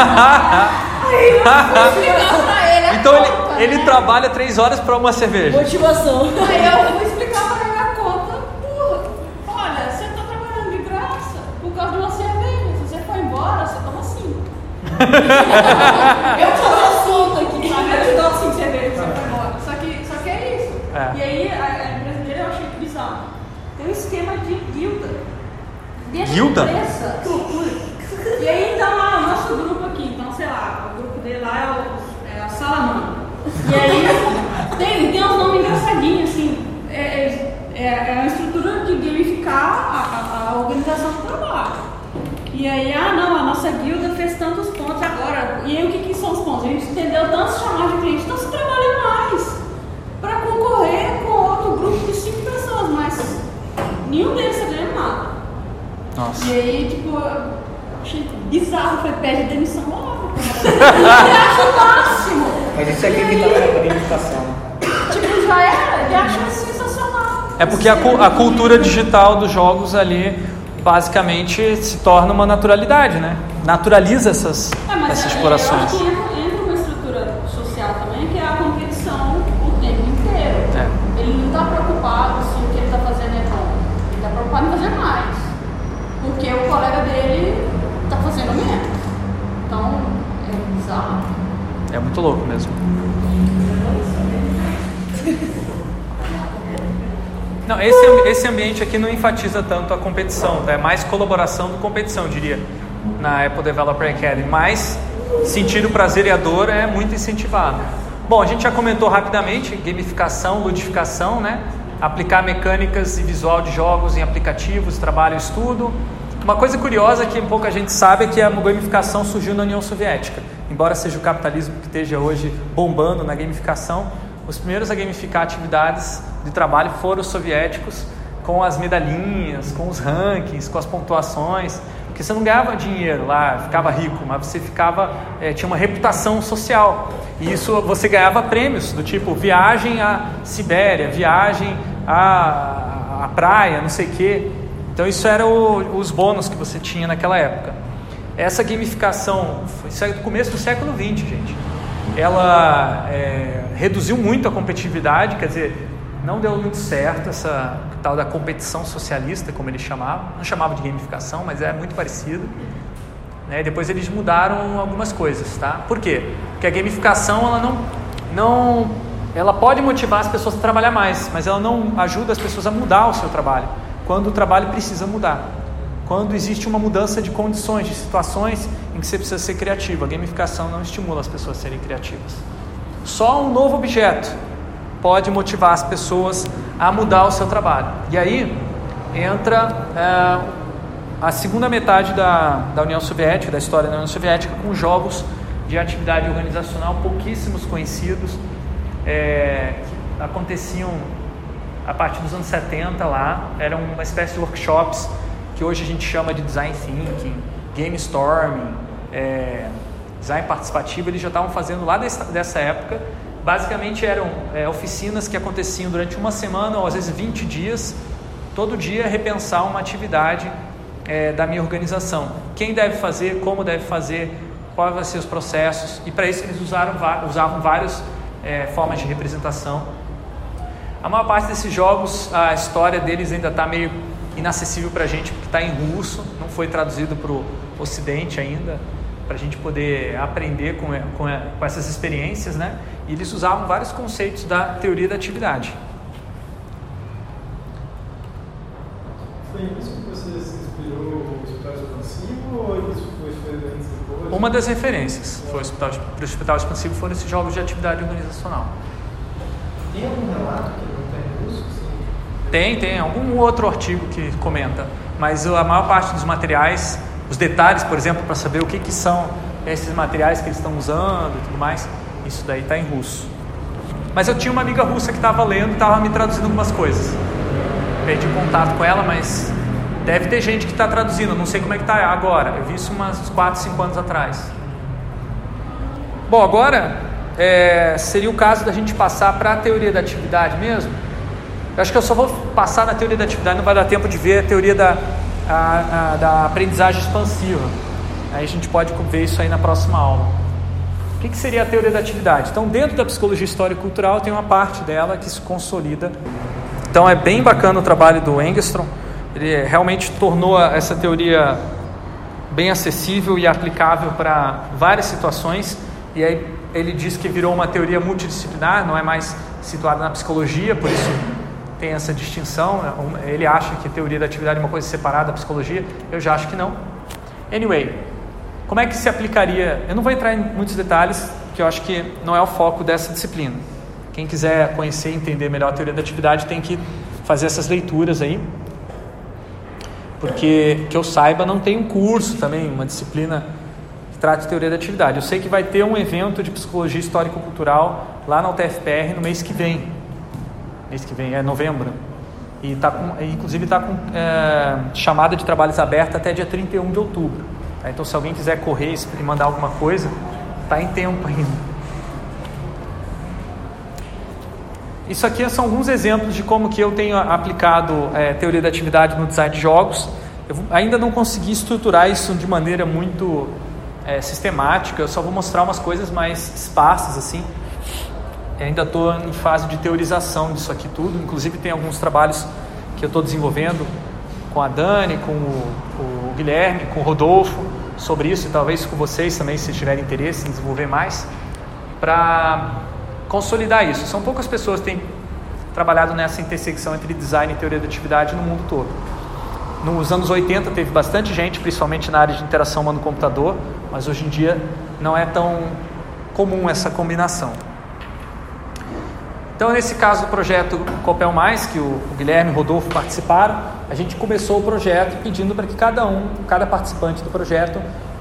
Aí eu fui explicar pra ele a Então conta, ele né? trabalha 3 horas para uma cerveja. Motivação. Aí eu fui explicar pra ele a conta. Porra, olha, você tá trabalhando de graça por causa de uma cerveja. Se você for embora, você toma 5. Eu te dou 5 aqui, sabe? Eu te dou 5 cervejas se você for embora. Só que é isso. É. E aí, a empresa dele eu achei bizarro. Tem um esquema de guilda. Guilda? Empresa, que loucura. E aí, então, lá, o nosso grupo aqui, então, sei lá, o grupo dele lá é a Salamandra. E aí, tem uns nomes engraçadinhos, assim, é uma estrutura de gamificar a organização do trabalho. E aí, não, a nossa guilda fez tantos pontos agora. E aí, o que são os pontos? A gente entendeu tantos chamados de clientes, então você trabalha mais para concorrer com outro grupo de 5 pessoas, mas nenhum deles está ganhando nada. Nossa. E aí, tipo, eu achei bizarro, foi pede demissão logo. Ele acha o máximo. Mas isso é gamificação. Tipo, já era, ele acha sensacional. É porque a cultura digital dos jogos ali basicamente se torna uma naturalidade, né? Naturaliza essas explorações. Eu acho que entra uma estrutura social também, que é a competição o tempo inteiro. Ele não está preocupado se o que ele está fazendo é bom. Ele está preocupado em fazer mais. Porque o colega dele está fazendo menos. Então, é bizarro. É muito louco mesmo. Não, esse ambiente aqui não enfatiza tanto a competição, tá? É mais colaboração do que competição, eu diria, na Apple Developer Academy. Mas sentir o prazer e a dor é muito incentivado. Bom, a gente já comentou rapidamente gamificação, ludificação, né? Aplicar mecânicas e visual de jogos em aplicativos, trabalho e estudo. Uma coisa curiosa que pouca gente sabe é que a gamificação surgiu na União Soviética. Embora seja o capitalismo que esteja hoje bombando na gamificação, os primeiros a gamificar atividades de trabalho foram os soviéticos, com as medalhinhas, com os rankings, com as pontuações, porque você não ganhava dinheiro lá, ficava rico, mas você tinha uma reputação social, e isso você ganhava prêmios, do tipo viagem à Sibéria, viagem à praia, não sei o quê. Então isso eram os bônus que você tinha naquela época. Essa gamificação, isso é do começo do século XX, gente. Ela reduziu muito a competitividade, quer dizer, não deu muito certo essa tal da competição socialista, como eles chamavam. Não chamava de gamificação, mas é muito parecido. Né? Depois eles mudaram algumas coisas, tá? Por quê? Porque a gamificação ela pode motivar as pessoas a trabalhar mais, mas ela não ajuda as pessoas a mudar o seu trabalho, quando o trabalho precisa mudar. Quando existe uma mudança de condições, de situações em que você precisa ser criativo. A gamificação não estimula as pessoas a serem criativas. Só um novo objeto pode motivar as pessoas a mudar o seu trabalho. E aí entra a segunda metade da União Soviética, da história da União Soviética, com jogos de atividade organizacional pouquíssimos conhecidos, que aconteciam a partir dos anos 70 lá. Eram uma espécie de workshops que hoje a gente chama de design thinking, game storming, design participativo. Eles já estavam fazendo lá dessa época. Basicamente eram oficinas que aconteciam durante uma semana ou às vezes 20 dias, todo dia repensar uma atividade da minha organização. Quem deve fazer, como deve fazer, quais vão ser os processos, e para isso eles usavam várias formas de representação. A maior parte desses jogos, a história deles ainda está meio inacessível para a gente, porque está em russo, não foi traduzido para o Ocidente ainda, para a gente poder aprender com essas experiências, né? E eles usavam vários conceitos da teoria da atividade. Foi isso que você se inspirou o hospital expansivo ou isso foi antes depois? Uma das referências foi o hospital expansivo foram esses jogos de atividade organizacional. Tem algum relato que não tem russo? Tem algum outro artigo que comenta, mas a maior parte dos materiais, os detalhes, por exemplo, para saber o que são esses materiais que eles estão usando e tudo mais, isso daí está em russo. Mas eu tinha uma amiga russa que estava lendo e estava me traduzindo algumas coisas. Perdi contato com ela, mas deve ter gente que está traduzindo, eu não sei como é que está agora. Eu vi isso uns 4, 5 anos atrás. Bom, agora seria o caso da gente passar para a teoria da atividade mesmo. Eu acho que eu só vou passar na teoria da atividade, não vai dar tempo de ver a teoria da aprendizagem expansiva. Aí a gente pode ver isso aí na próxima aula. O que seria a teoria da atividade? Então, dentro da psicologia histórica e cultural, tem uma parte dela que se consolida. Então, é bem bacana o trabalho do Engstrom. Ele realmente tornou essa teoria bem acessível e aplicável para várias situações. E aí ele diz que virou uma teoria multidisciplinar, não é mais situada na psicologia, por isso tem essa distinção. Ele acha que a teoria da atividade é uma coisa separada da psicologia, eu já acho que não. Anyway, como é que se aplicaria? Eu não vou entrar em muitos detalhes, que eu acho que não é o foco dessa disciplina. Quem quiser conhecer e entender melhor a teoria da atividade tem que fazer essas leituras aí, porque, que eu saiba, não tem um curso também, uma disciplina que trate de teoria da atividade. Eu sei que vai ter um evento de psicologia histórico-cultural lá na UTFPR no mês que vem. Mês que vem, é novembro. E inclusive está com chamada de trabalhos aberta até dia 31 de outubro. Então, se alguém quiser correr e mandar alguma coisa, está em tempo ainda. Isso aqui são alguns exemplos de como que eu tenho aplicado teoria da atividade no design de jogos. Eu ainda não consegui estruturar isso de maneira muito sistemática, eu só vou mostrar umas coisas mais esparsas assim. Eu ainda estou em fase de teorização disso aqui tudo, inclusive tem alguns trabalhos que eu estou desenvolvendo com a Dani, com o Guilherme, com o Rodolfo, sobre isso, e talvez com vocês também, se tiverem interesse em desenvolver mais, para consolidar isso. São poucas pessoas que têm trabalhado nessa intersecção entre design e teoria da atividade no mundo todo. Nos anos 80 teve bastante gente, principalmente na área de interação humano-computador, mas hoje em dia não é tão comum essa combinação. Então, nesse caso do projeto Copel Mais, que o Guilherme e o Rodolfo participaram, a gente começou o projeto pedindo para que cada participante do projeto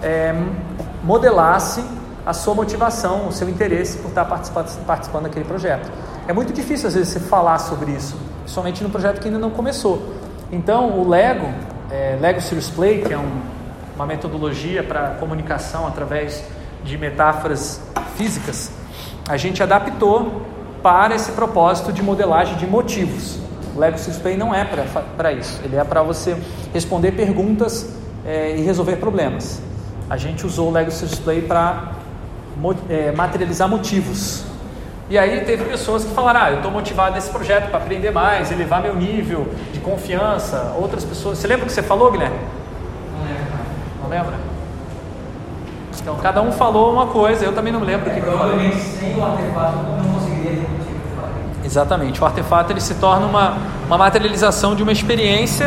modelasse a sua motivação, o seu interesse por estar participando daquele projeto. É muito difícil, às vezes, você falar sobre isso, principalmente no projeto que ainda não começou. Então, o Lego Serious Play, que é uma metodologia para comunicação através de metáforas físicas, a gente adaptou para esse propósito de modelagem de motivos. O Lego Serious Play não é para isso, ele é para você responder perguntas e resolver problemas. A gente usou o Lego Serious Play para materializar motivos. E aí teve pessoas que falaram, eu estou motivado nesse projeto para aprender mais, elevar meu nível de confiança. Outras pessoas, você lembra o que você falou, Guilherme? Não lembra? Então cada um falou uma coisa, eu também não lembro o que provavelmente sem o artefato eu não conseguiria repetir o que eu falei. Exatamente, o artefato ele se torna uma materialização de uma experiência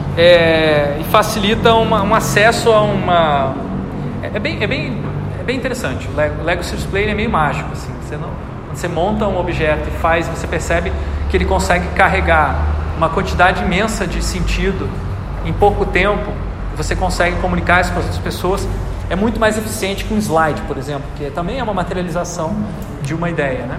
e facilita um acesso a uma... É bem interessante. O Lego Serious Play é meio mágico, assim. Você monta um objeto e faz, você percebe que ele consegue carregar uma quantidade imensa de sentido em pouco tempo. Você consegue comunicar isso com as outras pessoas. É muito mais eficiente que um slide, por exemplo, que também é uma materialização de uma ideia, né?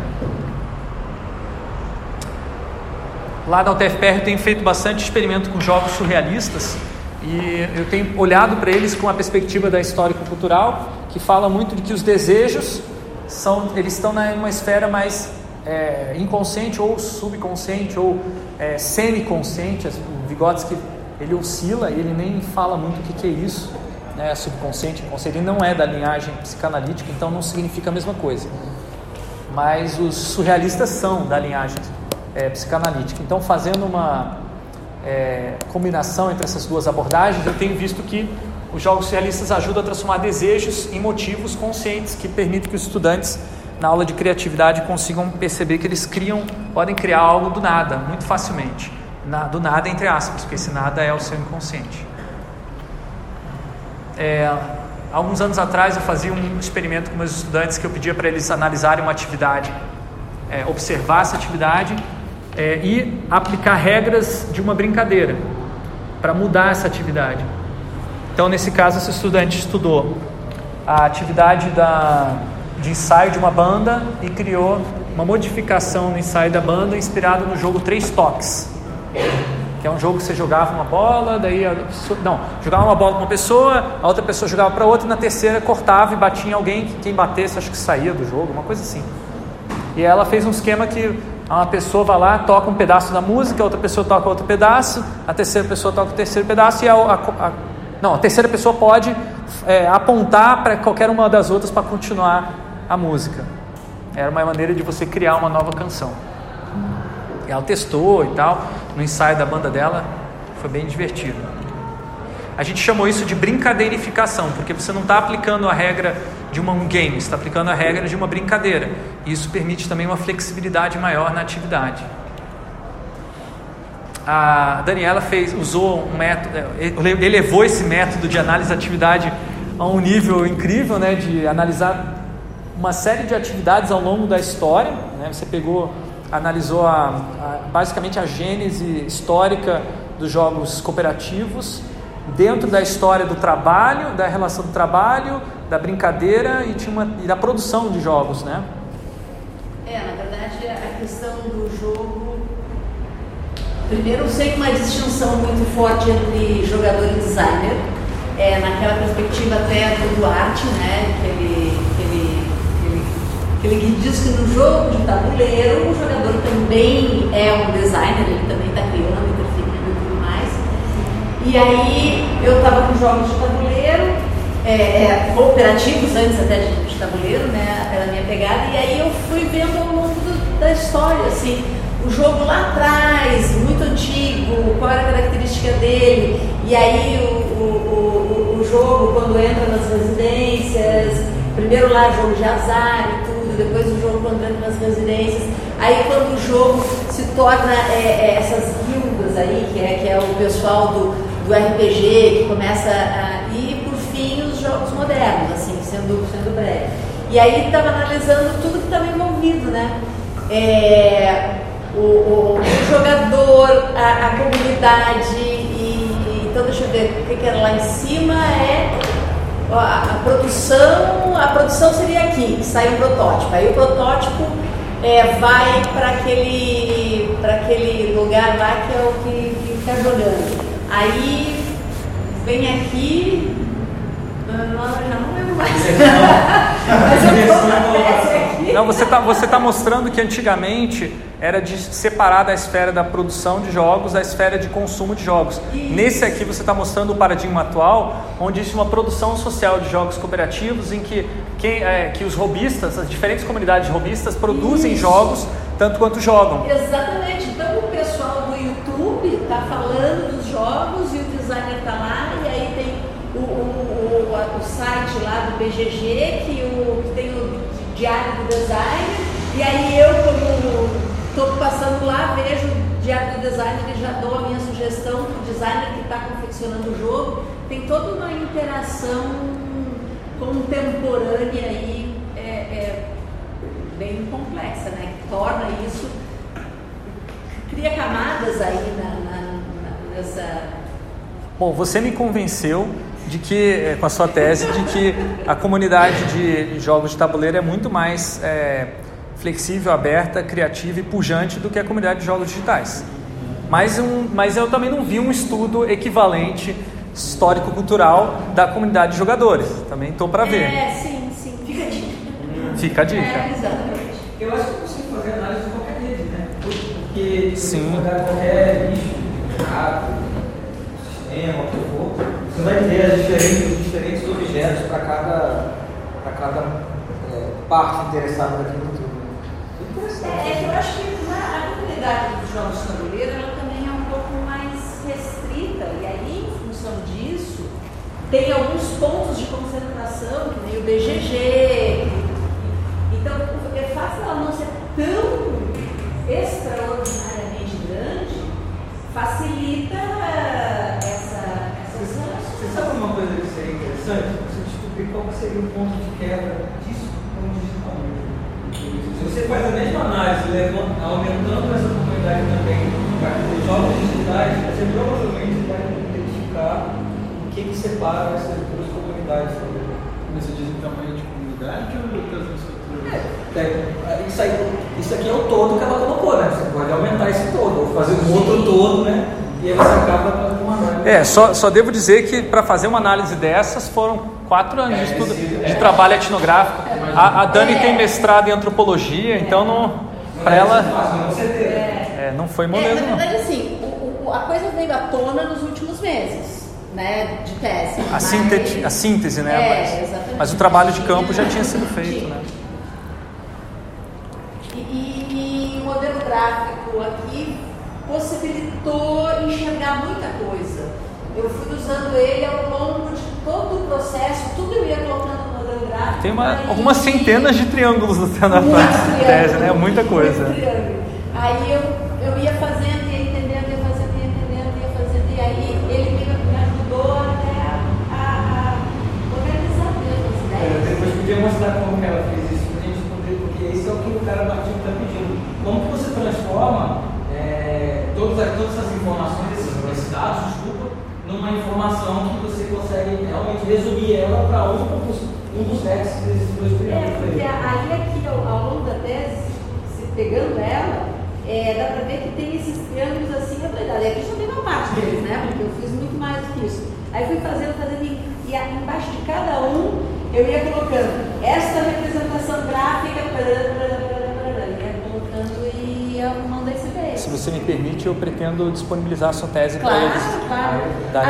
Lá na UTFPR eu tenho feito bastante experimento com jogos surrealistas e eu tenho olhado para eles com a perspectiva da histórico-cultural, que fala muito de que os desejos eles estão numa esfera mais inconsciente ou subconsciente ou semiconsciente. O Vygotsky ele oscila, ele nem fala muito o que é isso, né? Subconsciente, inconsciente, ele não é da linhagem psicanalítica, então não significa a mesma coisa. Mas os surrealistas são da linhagem psicanalítica. Então, fazendo uma combinação entre essas duas abordagens, eu tenho visto que os jogos surrealistas ajudam a transformar desejos em motivos conscientes que permitem que os estudantes, na aula de criatividade, consigam perceber que eles podem criar algo do nada, muito facilmente. Do nada, entre aspas, porque esse nada é o seu inconsciente. Alguns anos atrás eu fazia um experimento com meus estudantes que eu pedia para eles analisarem uma atividade, observar essa atividade e aplicar regras de uma brincadeira para mudar essa atividade. Então, nesse caso, esse estudante estudou a atividade de ensaio de uma banda e criou uma modificação no ensaio da banda inspirado no jogo 3 toques, que é um jogo que você jogava uma bola, jogava uma bola com uma pessoa, a outra pessoa jogava para outra, e na terceira cortava e batia em alguém, quem batesse acho que saía do jogo, uma coisa assim. E ela fez um esquema que uma pessoa vai lá, toca um pedaço da música, a outra pessoa toca outro pedaço, a terceira pessoa toca o terceiro pedaço e a terceira pessoa pode apontar para qualquer uma das outras para continuar a música. Era uma maneira de você criar uma nova canção. E ela testou e tal, no ensaio da banda dela, foi bem divertido. A gente chamou isso de brincadeirificação, porque você não está aplicando a regra de um game, você está aplicando a regra de uma brincadeira. E isso permite também uma flexibilidade maior na atividade. A Daniela usou um método, elevou esse método de análise da atividade a um nível incrível, né, de analisar uma série de atividades ao longo da história, né? Você analisou basicamente a gênese histórica dos jogos cooperativos dentro da história do trabalho, da relação do trabalho, da brincadeira e da produção de jogos, né? Na verdade, a questão do jogo... Primeiro, eu sei que uma distinção muito forte entre jogador e designer, naquela perspectiva até do Duarte, né, que ele diz que no jogo de tabuleiro o jogador também é um designer, ele também está criando, interferindo e tudo mais. E aí eu estava com jogos de tabuleiro, cooperativos antes até de tabuleiro, né, pela minha pegada, e aí eu fui vendo ao longo da história, assim, o jogo lá atrás, muito antigo, qual era a característica dele, e aí o jogo quando entra nas residências, primeiro lá jogo de azar e tudo, depois o jogo quando entra nas residências, aí quando o jogo se torna essas guildas aí, que é o pessoal do RPG que começa e por fim os jogos modernos, assim, sendo breve. E aí estava analisando tudo que estava envolvido, né? O jogador, a comunidade, então deixa eu ver o que era lá em cima, a produção seria aqui, que sai um protótipo, aí o protótipo vai para aquele lugar lá que é o que está jogando, aí vem aqui, já não lembro mais. Mas eu não, você tá mostrando que antigamente era de separar da esfera da produção de jogos da esfera de consumo de jogos. Isso. Nesse aqui você está mostrando o paradigma atual, onde existe uma produção social de jogos cooperativos em que os robistas, as diferentes comunidades de robistas produzem Isso. jogos tanto quanto jogam. Exatamente. Então o pessoal do YouTube está falando dos jogos e o designer está lá, e aí tem o site lá do BGG que tem o diário do designer, e aí eu, como estou passando lá, vejo o diário do designer e já dou a minha sugestão para o designer que está confeccionando o jogo. Tem toda uma interação contemporânea aí, bem complexa, né? Que torna isso, cria camadas aí nessa... Bom, você me convenceu de que, com a sua tese, de que a comunidade de jogos de tabuleiro é muito mais flexível, aberta, criativa e pujante do que a comunidade de jogos digitais. Mas eu também não vi um estudo equivalente histórico-cultural da comunidade de jogadores. Também estou para ver. Sim, fica a dica. Fica a dica. Exatamente. Eu acho que é possível fazer análise de qualquer rede, né? Porque Sim. Qualquer nicho, cinema, o que for, você vai ter os diferentes objetos para cada parte interessada daquilo tudo. Que eu acho que a comunidade dos jogos de tabuleiro ela também é um pouco mais restrita, e aí, em função disso, tem alguns pontos de concentração, que nem o BGG. Então, é fácil ela não ser tão extraordinariamente grande, facilita essas relações. Você sabe uma coisa que seria interessante? Você descobrir qual seria o ponto de quebra disso com o digital. Se você faz a mesma análise, aumentando essa comunidade também para os jogos digitais, você provavelmente vai identificar o que separa essas duas comunidades também. Mas você diz em tamanho de comunidade ou das estruturas? Isso aqui é o todo que ela colocou, né? Você pode aumentar esse todo, ou fazer um outro todo, né? E aí você acaba fazendo uma análise. Só devo dizer que para fazer uma análise dessas foram 4 anos de estudo, de trabalho etnográfico. A Dani tem mestrado em antropologia, então para ela não foi moleza. Na verdade, assim, a coisa veio à tona nos últimos meses, né, de tese. A síntese, né? Mas o trabalho de campo já tinha sido feito, né? E o modelo gráfico aqui possibilitou enxergar muita coisa. Eu fui usando ele ao longo de todo o processo, tudo eu ia colocando no modelo gráfico. Tem algumas centenas de triângulos no teu na tese, né? Muita coisa. Aí eu ia fazendo, ia entendendo, ia fazendo, e aí ele me ajudou até a organizar mesmo as ideias. Depois podia mostrar como que ela fez isso pra gente poder, porque isso é o que o cara do artigo está pedindo. Como que você transforma todas essas informações, esses dados, numa informação que você consegue realmente resumir ela para um dos vértices desses dois triângulos. Porque aí aqui, ao longo da tese, se pegando ela, dá para ver que tem esses triângulos assim, a verdade. Aqui só tem uma parte deles, né? Porque eu fiz muito mais do que isso. Aí fui fazendo, e embaixo de cada um, eu ia colocando esta representação gráfica, ia colocando e ia arrumando esse veio. Se você me permite, eu pretendo disponibilizar a sua tese para eles. Claro.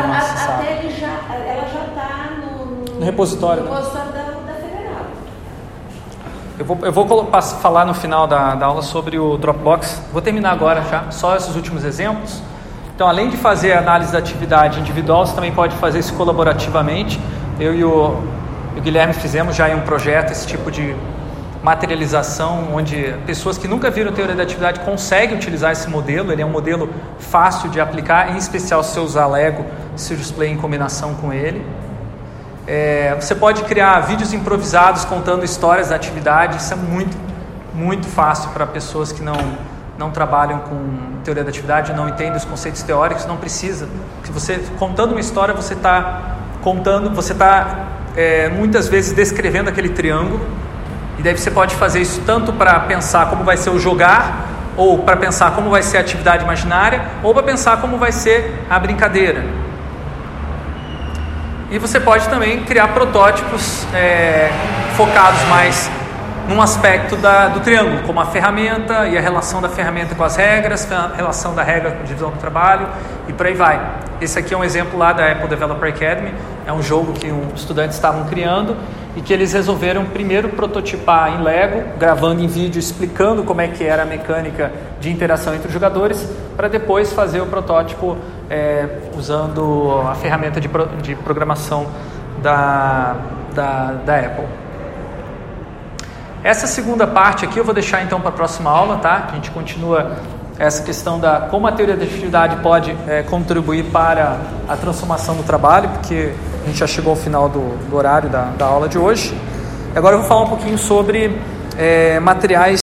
Ela já está no repositório, né? Da Federal. Eu vou falar no final da aula sobre o Dropbox. Vou terminar agora já, só esses últimos exemplos. Então, além de fazer a análise da atividade individual, você também pode fazer isso colaborativamente. Eu e o Guilherme fizemos já em um projeto esse tipo de materialização, onde pessoas que nunca viram teoria da atividade conseguem utilizar esse modelo. Ele é um modelo fácil de aplicar, em especial se você usar Lego Serious Play em combinação com ele. Você pode criar vídeos improvisados contando histórias da atividade. Isso é muito, muito fácil para pessoas que não trabalham com teoria da atividade, não entendem os conceitos teóricos. Não precisa. Se você contando uma história, você está muitas vezes descrevendo aquele triângulo. E daí você pode fazer isso tanto para pensar como vai ser o jogar, ou para pensar como vai ser a atividade imaginária, ou para pensar como vai ser a brincadeira. E você pode também criar protótipos focados mais num aspecto do triângulo, como a ferramenta e a relação da ferramenta com as regras, a relação da regra com a divisão do trabalho e por aí vai. Esse aqui é um exemplo lá da Apple Developer Academy, é um jogo que os estudantes estavam criando e que eles resolveram primeiro prototipar em Lego, gravando em vídeo, explicando como é que era a mecânica de interação entre os jogadores, para depois fazer o protótipo usando a ferramenta de programação da Apple. Essa segunda parte aqui eu vou deixar então para a próxima aula, tá? A gente continua essa questão da como a teoria da atividade pode contribuir para a transformação do trabalho, porque a gente já chegou ao final do horário da aula de hoje. Agora eu vou falar um pouquinho sobre materiais